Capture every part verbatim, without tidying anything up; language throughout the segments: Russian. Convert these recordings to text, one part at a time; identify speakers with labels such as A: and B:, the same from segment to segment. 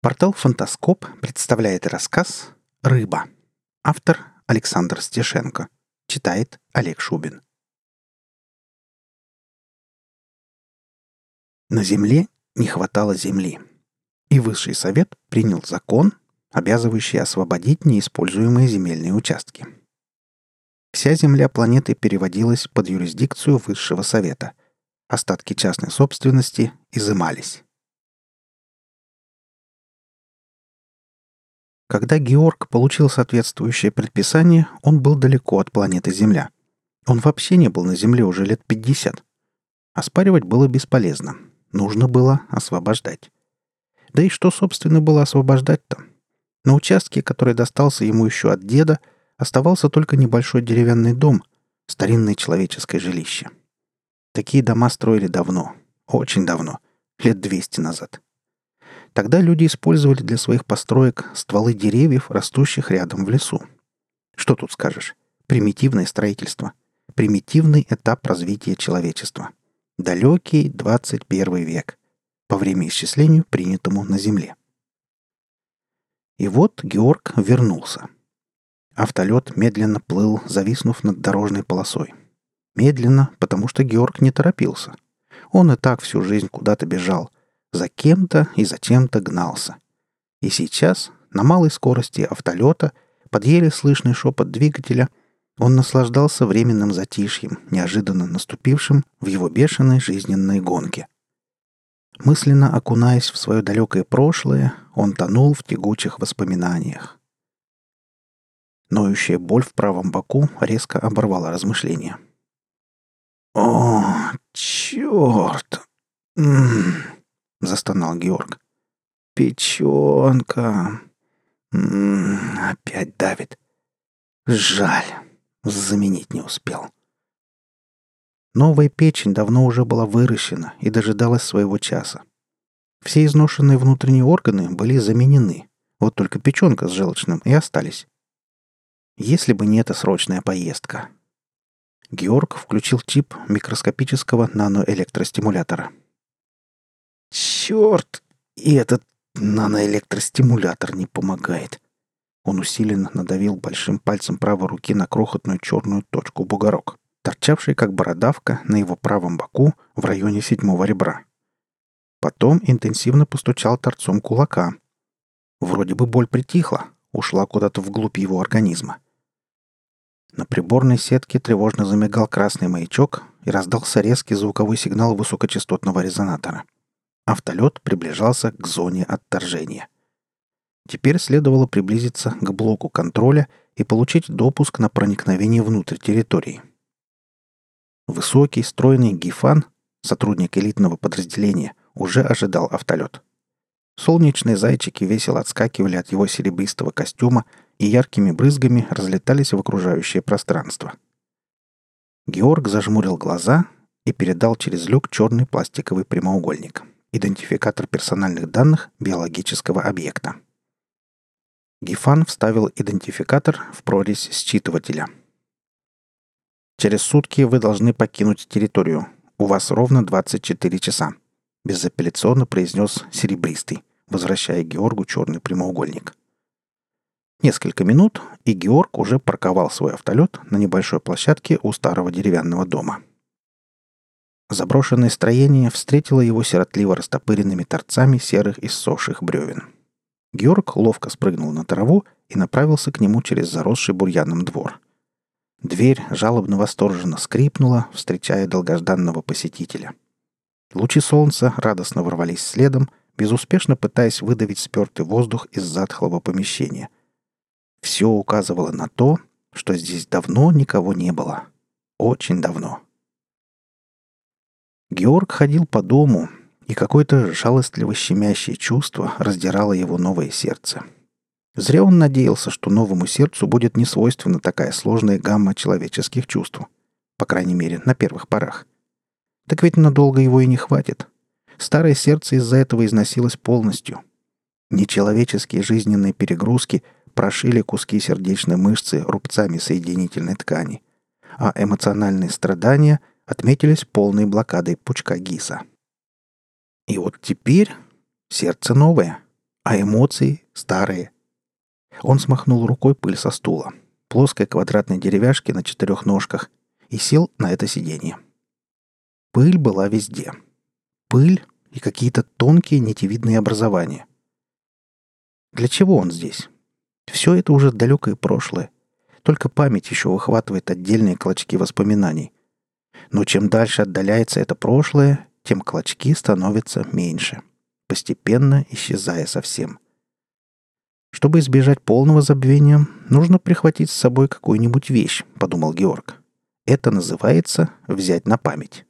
A: Портал «Фантаскоп» представляет рассказ «Рыба». Автор Александр Стешенко. Читает Олег Шубин. На Земле не хватало земли, и Высший Совет принял закон, обязывающий освободить неиспользуемые земельные участки. Вся земля планеты переводилась под юрисдикцию Высшего Совета. Остатки частной собственности изымались. Когда Георг получил соответствующее предписание, он был далеко от планеты Земля. Он вообще не был на Земле уже лет пятьдесят. Оспаривать было бесполезно. Нужно было освобождать. Да и что, собственно, было освобождать-то? На участке, который достался ему еще от деда, оставался только небольшой деревянный дом, старинное человеческое жилище. Такие дома строили давно, очень давно, лет двести назад. Тогда люди использовали для своих построек стволы деревьев, растущих рядом в лесу. Что тут скажешь? Примитивное строительство. Примитивный этап развития человечества. Далекий двадцать первый век. По времяисчислению, принятому на Земле. И вот Георг вернулся. Автолет медленно плыл, зависнув над дорожной полосой. Медленно, потому что Георг не торопился. Он и так всю жизнь куда-то бежал. За кем-то и за чем-то гнался. И сейчас, на малой скорости автолета, под еле слышный шепот двигателя, он наслаждался временным затишьем, неожиданно наступившим в его бешеной жизненной гонке. Мысленно окунаясь в свое далекое прошлое, он тонул в тягучих воспоминаниях. Ноющая боль в правом боку резко оборвала размышления. «О, черт! М-м-м!» — застонал Георг. «Печенка! М-м, опять давит. Жаль, заменить не успел». Новая печень давно уже была выращена и дожидалась своего часа. Все изношенные внутренние органы были заменены, вот только печенка с желчным и остались. Если бы не эта срочная поездка. Георг включил чип микроскопического наноэлектростимулятора. «Черт! И этот наноэлектростимулятор не помогает!» Он усиленно надавил большим пальцем правой руки на крохотную черную точку-бугорок, торчавший как бородавка на его правом боку в районе седьмого ребра. Потом интенсивно постучал торцом кулака. Вроде бы боль притихла, ушла куда-то вглубь его организма. На приборной сетке тревожно замигал красный маячок и раздался резкий звуковой сигнал высокочастотного резонатора. Автолет приближался к зоне отторжения. Теперь следовало приблизиться к блоку контроля и получить допуск на проникновение внутрь территории. Высокий, стройный Гифан, сотрудник элитного подразделения, уже ожидал автолет. Солнечные зайчики весело отскакивали от его серебристого костюма и яркими брызгами разлетались в окружающее пространство. Георг зажмурил глаза и передал через люк черный пластиковый прямоугольник. Идентификатор персональных данных биологического объекта. Гифан вставил идентификатор в прорезь считывателя. «Через сутки вы должны покинуть территорию. У вас ровно двадцать четыре часа», — безапелляционно произнес Серебристый, возвращая Георгу черный прямоугольник. Несколько минут, и Георг уже парковал свой автолет на небольшой площадке у старого деревянного дома. Заброшенное строение встретило его сиротливо растопыренными торцами серых иссохших бревен. Георг ловко спрыгнул на траву и направился к нему через заросший бурьяном двор. Дверь жалобно-восторженно скрипнула, встречая долгожданного посетителя. Лучи солнца радостно ворвались следом, безуспешно пытаясь выдавить спертый воздух из затхлого помещения. Все указывало на то, что здесь давно никого не было. Очень давно. Георг ходил по дому, и какое-то жалостливо щемящее чувство раздирало его новое сердце. Зря он надеялся, что новому сердцу будет несвойственна такая сложная гамма человеческих чувств. По крайней мере, на первых порах. Так ведь надолго его и не хватит. Старое сердце из-за этого износилось полностью. Нечеловеческие жизненные перегрузки прошили куски сердечной мышцы рубцами соединительной ткани, а эмоциональные страдания отметились полной блокадой пучка ГИСа. И вот теперь сердце новое, А эмоции старые. Он смахнул рукой пыль со стула, плоской квадратной деревяшки на четырех ножках, и сел на это сиденье. Пыль была везде. Пыль и какие-то тонкие нитевидные образования. Для чего он здесь? Все это уже далекое прошлое. Только память еще выхватывает отдельные клочки воспоминаний. Но чем дальше отдаляется это прошлое, тем клочки становятся меньше, постепенно исчезая совсем. Чтобы избежать полного забвения, нужно прихватить с собой какую-нибудь вещь, подумал Георг. Это называется взять на память.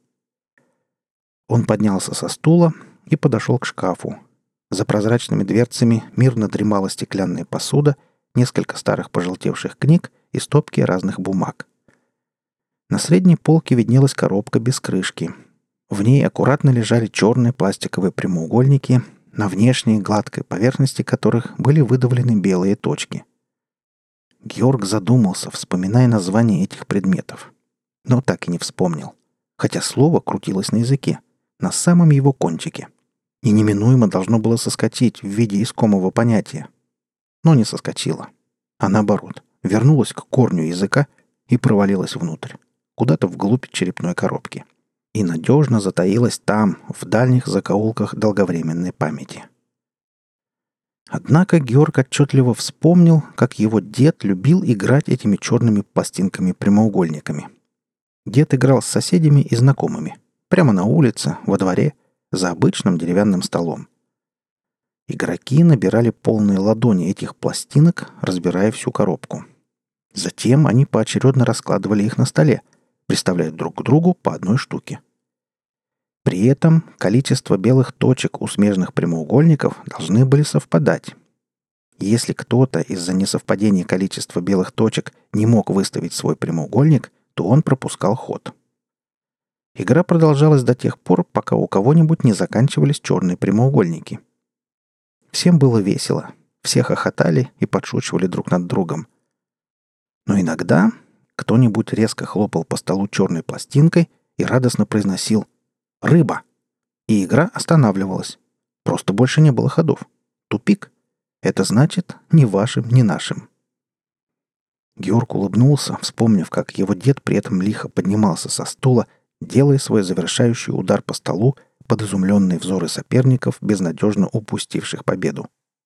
A: Он поднялся со стула и подошел к шкафу. За прозрачными дверцами мирно дремала стеклянная посуда, несколько старых пожелтевших книг и стопки разных бумаг. На средней полке виднелась коробка без крышки. В ней аккуратно лежали черные пластиковые прямоугольники, на внешней гладкой поверхности которых были выдавлены белые точки. Георг задумался, вспоминая названия этих предметов. Но так и не вспомнил. Хотя слово крутилось на языке, на самом его кончике. И неминуемо должно было соскочить в виде искомого понятия. Но не соскочило. А наоборот, вернулось к корню языка и провалилось внутрь, куда-то вглубь черепной коробки. И надежно затаилась там, в дальних закоулках долговременной памяти. Однако Георг отчетливо вспомнил, как его дед любил играть этими черными пластинками-прямоугольниками. Дед играл с соседями и знакомыми, прямо на улице, во дворе, за обычным деревянным столом. Игроки набирали полные ладони этих пластинок, разбирая всю коробку. Затем они поочередно раскладывали их на столе, приставляя друг к другу по одной штуке. При этом количество белых точек у смежных прямоугольников должны были совпадать. Если кто-то из-за несовпадения количества белых точек не мог выставить свой прямоугольник, то он пропускал ход. Игра продолжалась до тех пор, пока у кого-нибудь не заканчивались черные прямоугольники. Всем было весело, все хохотали и подшучивали друг над другом. Но иногда кто-нибудь резко хлопал по столу черной пластинкой и радостно произносил «Рыба!» И игра останавливалась. Просто больше не было ходов. Тупик. Это значит ни вашим, ни нашим. Георг улыбнулся, вспомнив, как его дед при этом лихо поднимался со стула, делая свой завершающий удар по столу под изумленные взоры соперников, безнадежно упустивших победу.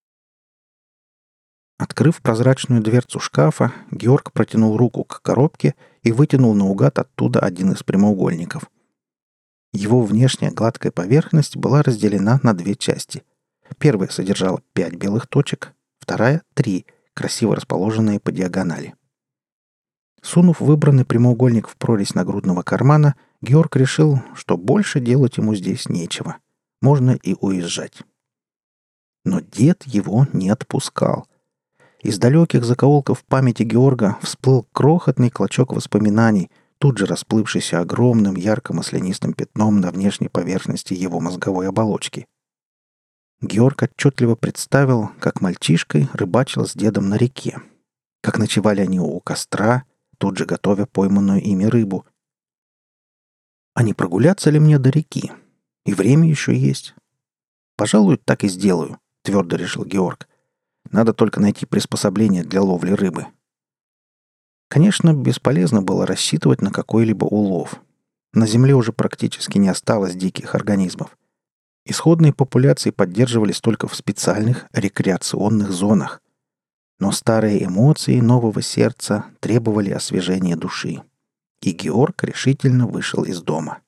A: Открыв прозрачную дверцу шкафа, Георг протянул руку к коробке и вытянул наугад оттуда один из прямоугольников. Его внешняя гладкая поверхность была разделена на две части. Первая содержала пять белых точек, вторая — три, красиво расположенные по диагонали. Сунув выбранный прямоугольник в прорезь нагрудного кармана, Георг решил, что больше делать ему здесь нечего. Можно и уезжать. Но дед его не отпускал. Из далеких закоулков памяти Георга всплыл крохотный клочок воспоминаний, тут же расплывшийся огромным ярко-маслянистым пятном на внешней поверхности его мозговой оболочки. Георг отчетливо представил, как мальчишкой рыбачил с дедом на реке, как ночевали они у костра, тут же готовя пойманную ими рыбу. А не прогуляться ли мне до реки? И время еще есть. Пожалуй, так и сделаю, твердо решил Георг. Надо только найти приспособление для ловли рыбы. Конечно, бесполезно было рассчитывать на какой-либо улов. На Земле уже практически не осталось диких организмов. Исходные популяции поддерживались только в специальных рекреационных зонах. Но старые эмоции нового сердца требовали освежения души. И Георг решительно вышел из дома.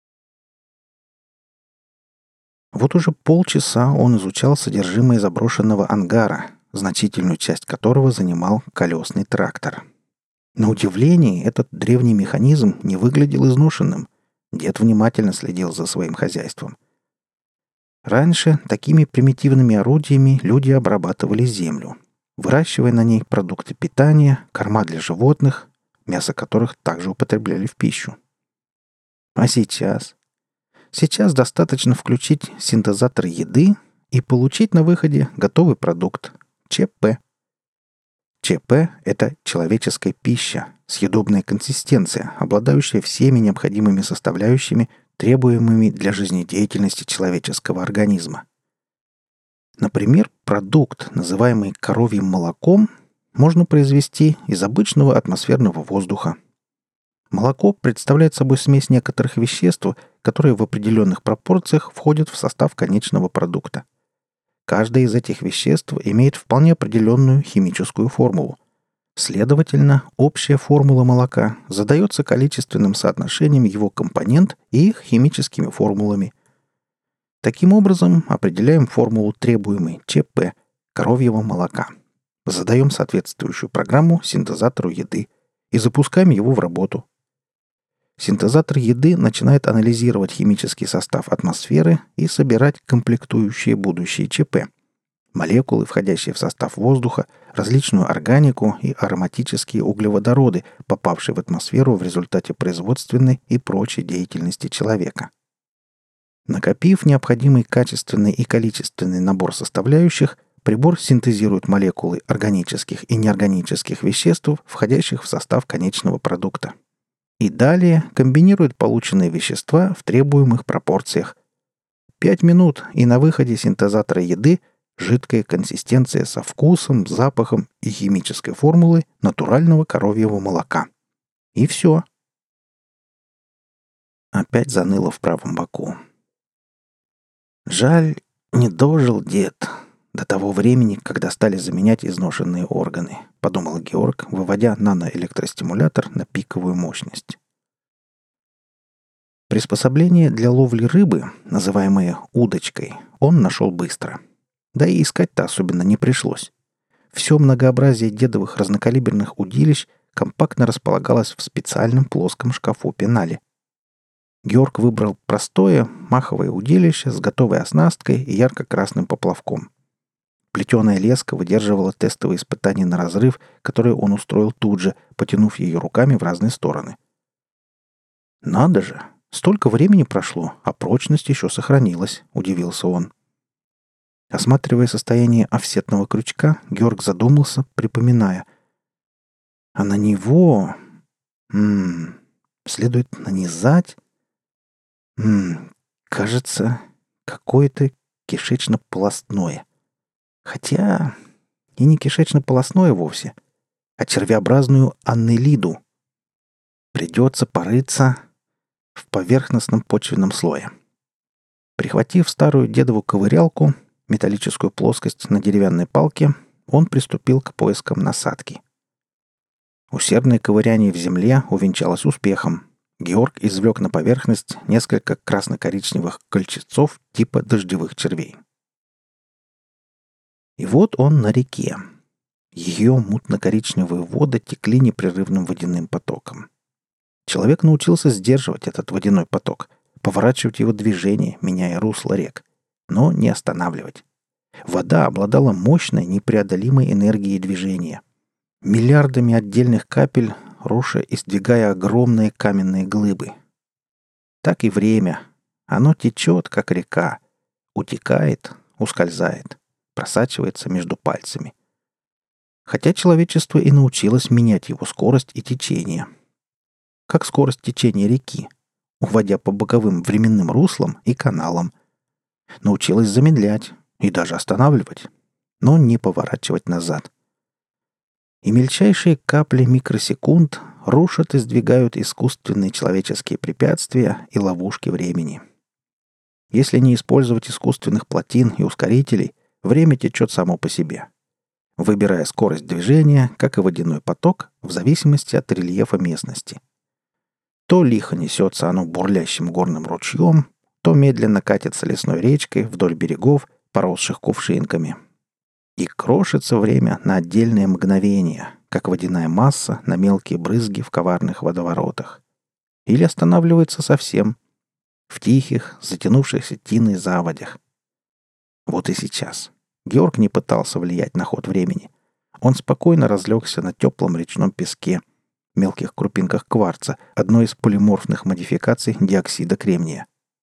A: Вот уже полчаса он изучал содержимое заброшенного ангара, значительную часть которого занимал колесный трактор. На удивление, этот древний механизм не выглядел изношенным. Дед внимательно следил за своим хозяйством. Раньше такими примитивными орудиями люди обрабатывали землю, выращивая на ней продукты питания, корма для животных, мясо которых также употребляли в пищу. А сейчас? Сейчас достаточно включить синтезатор еды и получить на выходе готовый продукт – ЧП. ЧП – это человеческая пища, съедобная консистенция, обладающая всеми необходимыми составляющими, требуемыми для жизнедеятельности человеческого организма. Например, продукт, называемый коровьим молоком, можно произвести из обычного атмосферного воздуха. Молоко представляет собой смесь некоторых веществ, которые в определенных пропорциях входят в состав конечного продукта. Каждое из этих веществ имеет вполне определенную химическую формулу. Следовательно, общая формула молока задается количественным соотношением его компонент и их химическими формулами. Таким образом, определяем формулу требуемой ЧП коровьего молока. Задаем соответствующую программу синтезатору еды и запускаем его в работу. Синтезатор еды начинает анализировать химический состав атмосферы и собирать комплектующие будущие ЧП. Молекулы, входящие в состав воздуха, различную органику и ароматические углеводороды, попавшие в атмосферу в результате производственной и прочей деятельности человека. Накопив необходимый качественный и количественный набор составляющих, прибор синтезирует молекулы органических и неорганических веществ, входящих в состав конечного продукта. И далее комбинирует полученные вещества в требуемых пропорциях. Пять минут, и на выходе синтезатора еды жидкая консистенция со вкусом, запахом и химической формулой натурального коровьего молока. И все. Опять заныло в правом боку. Жаль, не дожил дед до того времени, когда стали заменять изношенные органы, подумал Георг, выводя наноэлектростимулятор на пиковую мощность. Приспособление для ловли рыбы, называемое удочкой, он нашел быстро. Да и искать-то особенно не пришлось. Все многообразие дедовых разнокалиберных удилищ компактно располагалось в специальном плоском шкафу-пенале. Георг выбрал простое маховое удилище с готовой оснасткой и ярко-красным поплавком. Плетеная леска выдерживала тестовые испытания на разрыв, которые он устроил тут же, потянув ее руками в разные стороны. «Надо же! Столько времени прошло, а прочность еще сохранилась», — удивился он. Осматривая состояние офсетного крючка, Георг задумался, припоминая. «А на него... М-м, следует нанизать... М-м, кажется, какое-то кишечно-полостное. Хотя и не кишечно-полостное вовсе, а червеобразную аннелиду. Придется порыться в поверхностном почвенном слое». Прихватив старую дедову ковырялку, металлическую плоскость на деревянной палке, он приступил к поискам насадки. Усердное ковыряние в земле увенчалось успехом. Георг извлек на поверхность несколько красно-коричневых кольчецов типа дождевых червей. И вот он на реке. Ее мутно-коричневые воды текли непрерывным водяным потоком. Человек научился сдерживать этот водяной поток, поворачивать его движение, меняя русло рек, но не останавливать. Вода обладала мощной, непреодолимой энергией движения. Миллиардами отдельных капель, руша и сдвигая огромные каменные глыбы. Так и время. Оно течет, как река. Утекает, ускользает, просачивается между пальцами. Хотя человечество и научилось менять его скорость и течение. Как скорость течения реки, уводя по боковым временным руслам и каналам. Научилась замедлять и даже останавливать, но не поворачивать назад. И мельчайшие капли микросекунд рушат и сдвигают искусственные человеческие препятствия и ловушки времени. Если не использовать искусственных плотин и ускорителей, время течет само по себе, выбирая скорость движения, как и водяной поток, в зависимости от рельефа местности. То лихо несется оно бурлящим горным ручьем, то медленно катится лесной речкой вдоль берегов, поросших кувшинками. И крошится время на отдельные мгновения, как водяная масса на мелкие брызги в коварных водоворотах. Или останавливается совсем, в тихих, затянувшихся тиной заводях. Вот и сейчас. Георг не пытался влиять на ход времени. Он спокойно разлегся на теплом речном песке, мелких крупинках кварца, одной из полиморфных модификаций диоксида кремния.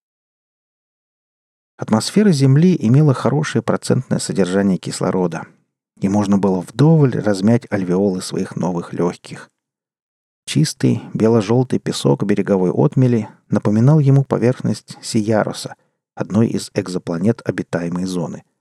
A: Атмосфера Земли имела хорошее процентное содержание кислорода, и можно было вдоволь размять альвеолы своих новых легких. Чистый бело-желтый песок береговой отмели напоминал ему поверхность Сияроса, одной из экзопланет обитаемой зоны.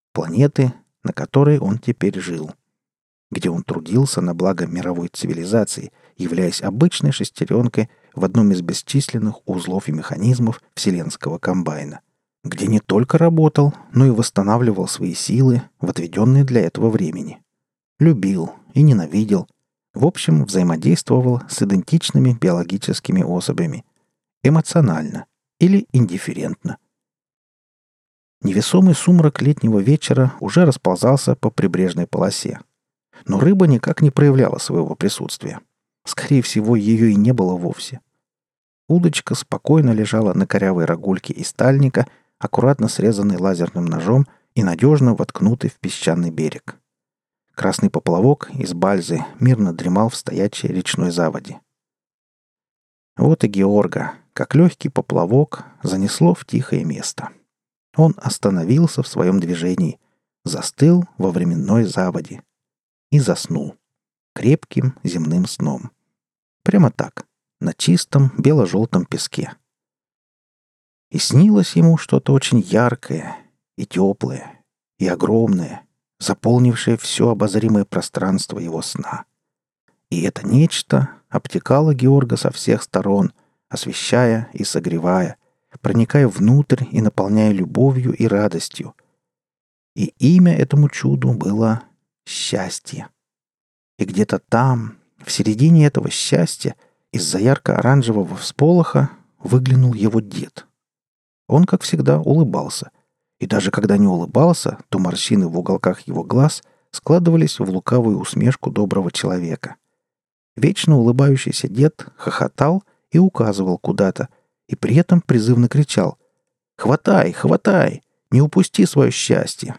A: планеты, на которой он теперь жил, где он трудился на благо мировой цивилизации, являясь обычной шестеренкой в одном из бесчисленных узлов и механизмов вселенского комбайна, где не только работал, но и восстанавливал свои силы в отведенные для этого времени. Любил и ненавидел, в общем, взаимодействовал с идентичными биологическими особями, эмоционально или индифферентно. Невесомый сумрак летнего вечера уже расползался по прибрежной полосе. Но рыба никак не проявляла своего присутствия. Скорее всего, ее и не было вовсе. Удочка спокойно лежала на корявой рогульке из тальника, аккуратно срезанной лазерным ножом и надежно воткнутый в песчаный берег. Красный поплавок из бальзы мирно дремал в стоячей речной заводе. Вот и Георга, как легкий поплавок, занесло в тихое место. Он остановился в своем движении, застыл во временной заводе и заснул крепким земным сном. Прямо так, на чистом бело-желтом песке. И снилось ему что-то очень яркое и теплое, и огромное, заполнившее все обозримое пространство его сна. И это нечто обтекало Георга со всех сторон, освещая и согревая, проникая внутрь и наполняя любовью и радостью. И имя этому чуду было счастье. И где-то там, в середине этого счастья, из-за ярко-оранжевого всполоха выглянул его дед. Он, как всегда, улыбался. И даже когда не улыбался, то морщины в уголках его глаз складывались в лукавую усмешку доброго человека. Вечно улыбающийся дед хохотал и указывал куда-то, и при этом призывно кричал: «Хватай, хватай! Не упусти свое счастье!»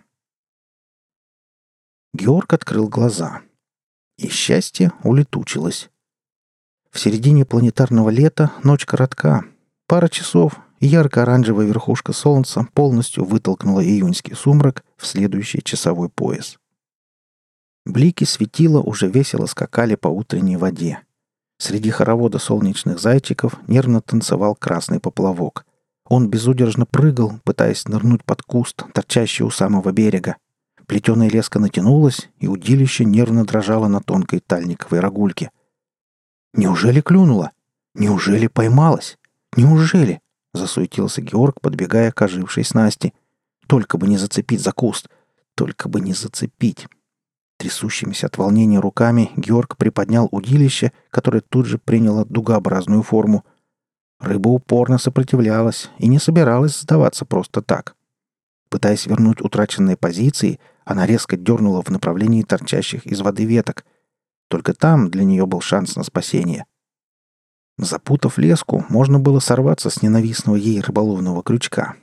A: Георг открыл глаза. И счастье улетучилось. В середине планетарного лета ночь коротка. Пара часов, и ярко-оранжевая верхушка солнца полностью вытолкнула июньский сумрак в следующий часовой пояс. Блики светила уже весело скакали по утренней воде. Среди хоровода солнечных зайчиков нервно танцевал красный поплавок. Он безудержно прыгал, пытаясь нырнуть под куст, торчащий у самого берега. Плетеная леска натянулась, и удилище нервно дрожало на тонкой тальниковой рогульке. «Неужели клюнула? Неужели поймалась? Неужели?» — засуетился Георг, подбегая к ожившей снасти. «Только бы не зацепить за куст! Только бы не зацепить!» Трясущимися от волнения руками Георг приподнял удилище, которое тут же приняло дугообразную форму. Рыба упорно сопротивлялась и не собиралась сдаваться просто так. Пытаясь вернуть утраченные позиции, она резко дернула в направлении торчащих из воды веток. Только там для нее был шанс на спасение. Запутав леску, можно было сорваться с ненавистного ей рыболовного крючка.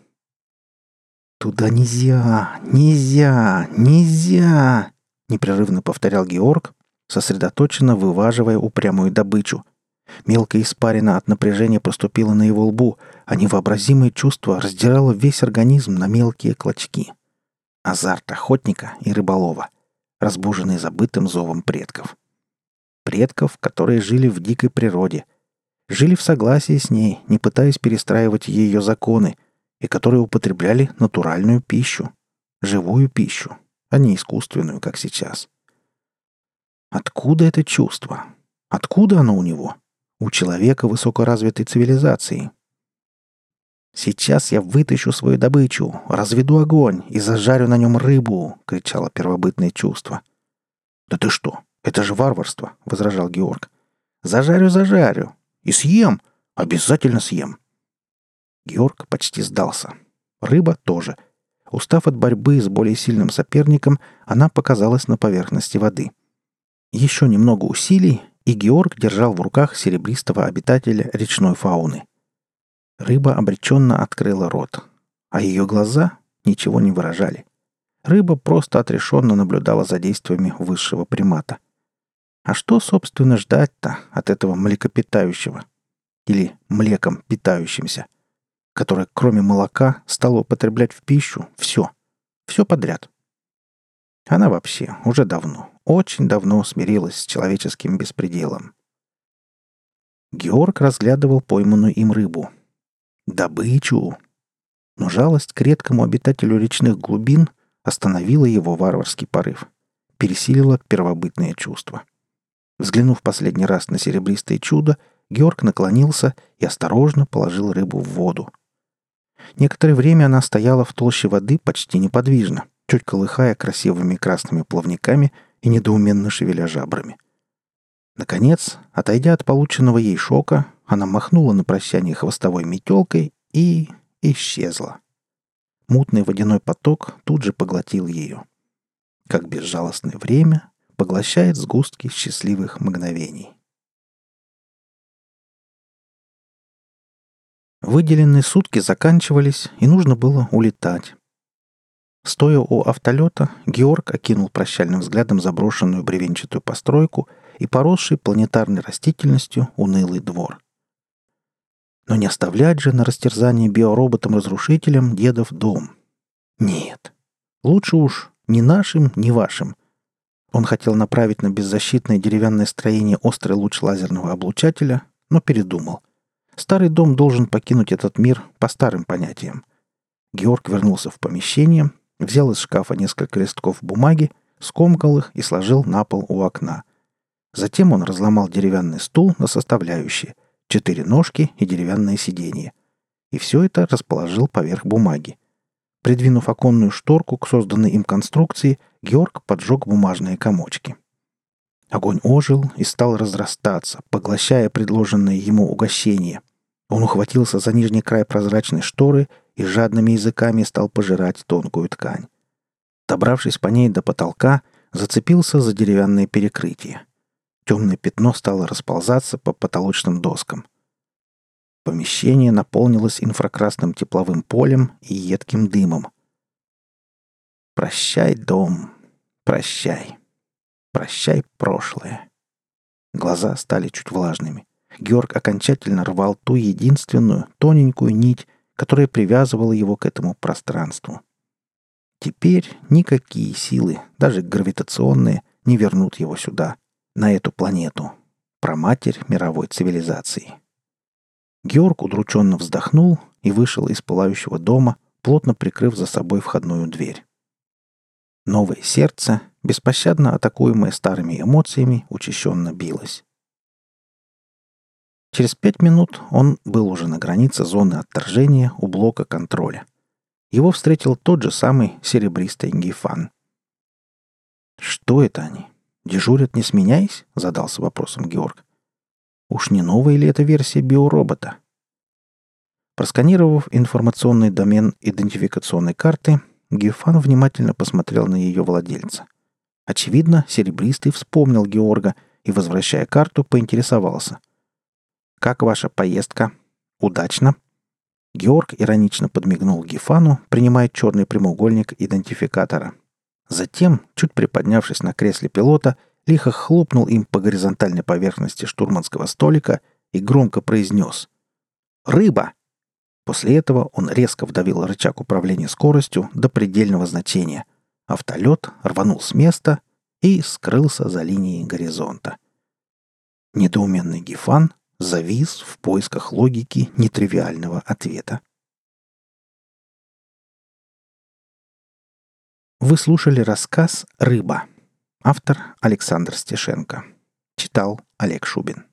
A: «Туда нельзя! Нельзя! Нельзя!» — непрерывно повторял Георг, сосредоточенно вываживая упрямую добычу. Мелкая испарина от напряжения проступила на его лбу, а невообразимое чувство раздирало весь организм на мелкие клочки. Азарт охотника и рыболова, разбуженный забытым зовом предков. Предков, которые жили в дикой природе, жили в согласии с ней, не пытаясь перестраивать ее законы, и которые употребляли натуральную пищу, живую пищу, а не искусственную, как сейчас. Откуда это чувство? Откуда оно у него? У человека высокоразвитой цивилизации. «Сейчас я вытащу свою добычу, разведу огонь и зажарю на нем рыбу!» — кричало первобытное чувство. «Да ты что? Это же варварство!» — возражал Георг. «Зажарю, зажарю! И съем! Обязательно съем!» Георг почти сдался. Рыба тоже. Устав от борьбы с более сильным соперником, она показалась на поверхности воды. Еще немного усилий, и Георг держал в руках серебристого обитателя речной фауны. Рыба обреченно открыла рот, а ее глаза ничего не выражали. Рыба просто отрешенно наблюдала за действиями высшего примата. А что, собственно, ждать-то от этого млекопитающего? Или млеком питающимся, которое, кроме молока, стало употреблять в пищу все, все подряд? Она вообще уже давно, очень давно смирилась с человеческим беспределом. Георг разглядывал пойманную им рыбу. Добычу! Но жалость к редкому обитателю речных глубин остановила его варварский порыв, пересилила первобытные чувства. Взглянув последний раз на серебристое чудо, Георг наклонился и осторожно положил рыбу в воду. Некоторое время она стояла в толще воды почти неподвижно, чуть колыхая красивыми красными плавниками и недоуменно шевеля жабрами. Наконец, отойдя от полученного ей шока, она махнула на прощание хвостовой метелкой и исчезла. Мутный водяной поток тут же поглотил ее. Как безжалостное время поглощает сгустки счастливых мгновений. Выделенные сутки заканчивались, и нужно было улетать. Стоя у автолета, Георг окинул прощальным взглядом заброшенную бревенчатую постройку и поросший планетарной растительностью унылый двор. Но не оставлять же на растерзание биороботам-разрушителям дедов дом. Нет. Лучше уж ни нашим, ни вашим. Он хотел направить на беззащитное деревянное строение острый луч лазерного облучателя, но передумал. Старый дом должен покинуть этот мир по старым понятиям. Георг вернулся в помещение, взял из шкафа несколько листков бумаги, скомкал их и сложил на пол у окна. Затем он разломал деревянный стул на составляющие, четыре ножки и деревянное сиденье. И все это расположил поверх бумаги. Придвинув оконную шторку к созданной им конструкции, Георг поджег бумажные комочки. Огонь ожил и стал разрастаться, поглощая предложенное ему угощение. Он ухватился за нижний край прозрачной шторы и жадными языками стал пожирать тонкую ткань. Добравшись по ней до потолка, зацепился за деревянное перекрытие. Темное пятно стало расползаться по потолочным доскам. Помещение наполнилось инфракрасным тепловым полем и едким дымом. Прощай, дом, прощай. Прощай, прошлое. Глаза стали чуть влажными. Георг окончательно рвал ту единственную, тоненькую нить, которая привязывала его к этому пространству. Теперь никакие силы, даже гравитационные, не вернут его сюда, на эту планету, праматерь мировой цивилизации. Георг удрученно вздохнул и вышел из пылающего дома, плотно прикрыв за собой входную дверь. Новое сердце, беспощадно атакуемое старыми эмоциями, учащенно билось. Через пять минут он был уже на границе зоны отторжения у блока контроля. Его встретил тот же самый серебристый Гифан. «Что это они? Дежурят, не сменяясь?» — задался вопросом Георг. «Уж не новая ли это версия биоробота?» Просканировав информационный домен идентификационной карты, Гифан внимательно посмотрел на ее владельца. Очевидно, серебристый вспомнил Георга и, возвращая карту, поинтересовался. «Как ваша поездка? Удачно?» Георг иронично подмигнул Гифану, принимая черный прямоугольник идентификатора. Затем, чуть приподнявшись на кресле пилота, лихо хлопнул им по горизонтальной поверхности штурманского столика и громко произнес «Рыба!». После этого он резко вдавил рычаг управления скоростью до предельного значения. Автолет рванул с места и скрылся за линией горизонта. Недоуменный Гифан завис в поисках логики нетривиального ответа. Вы слушали рассказ «Рыба». Автор Александр Стешенко. Читал Олег Шубин.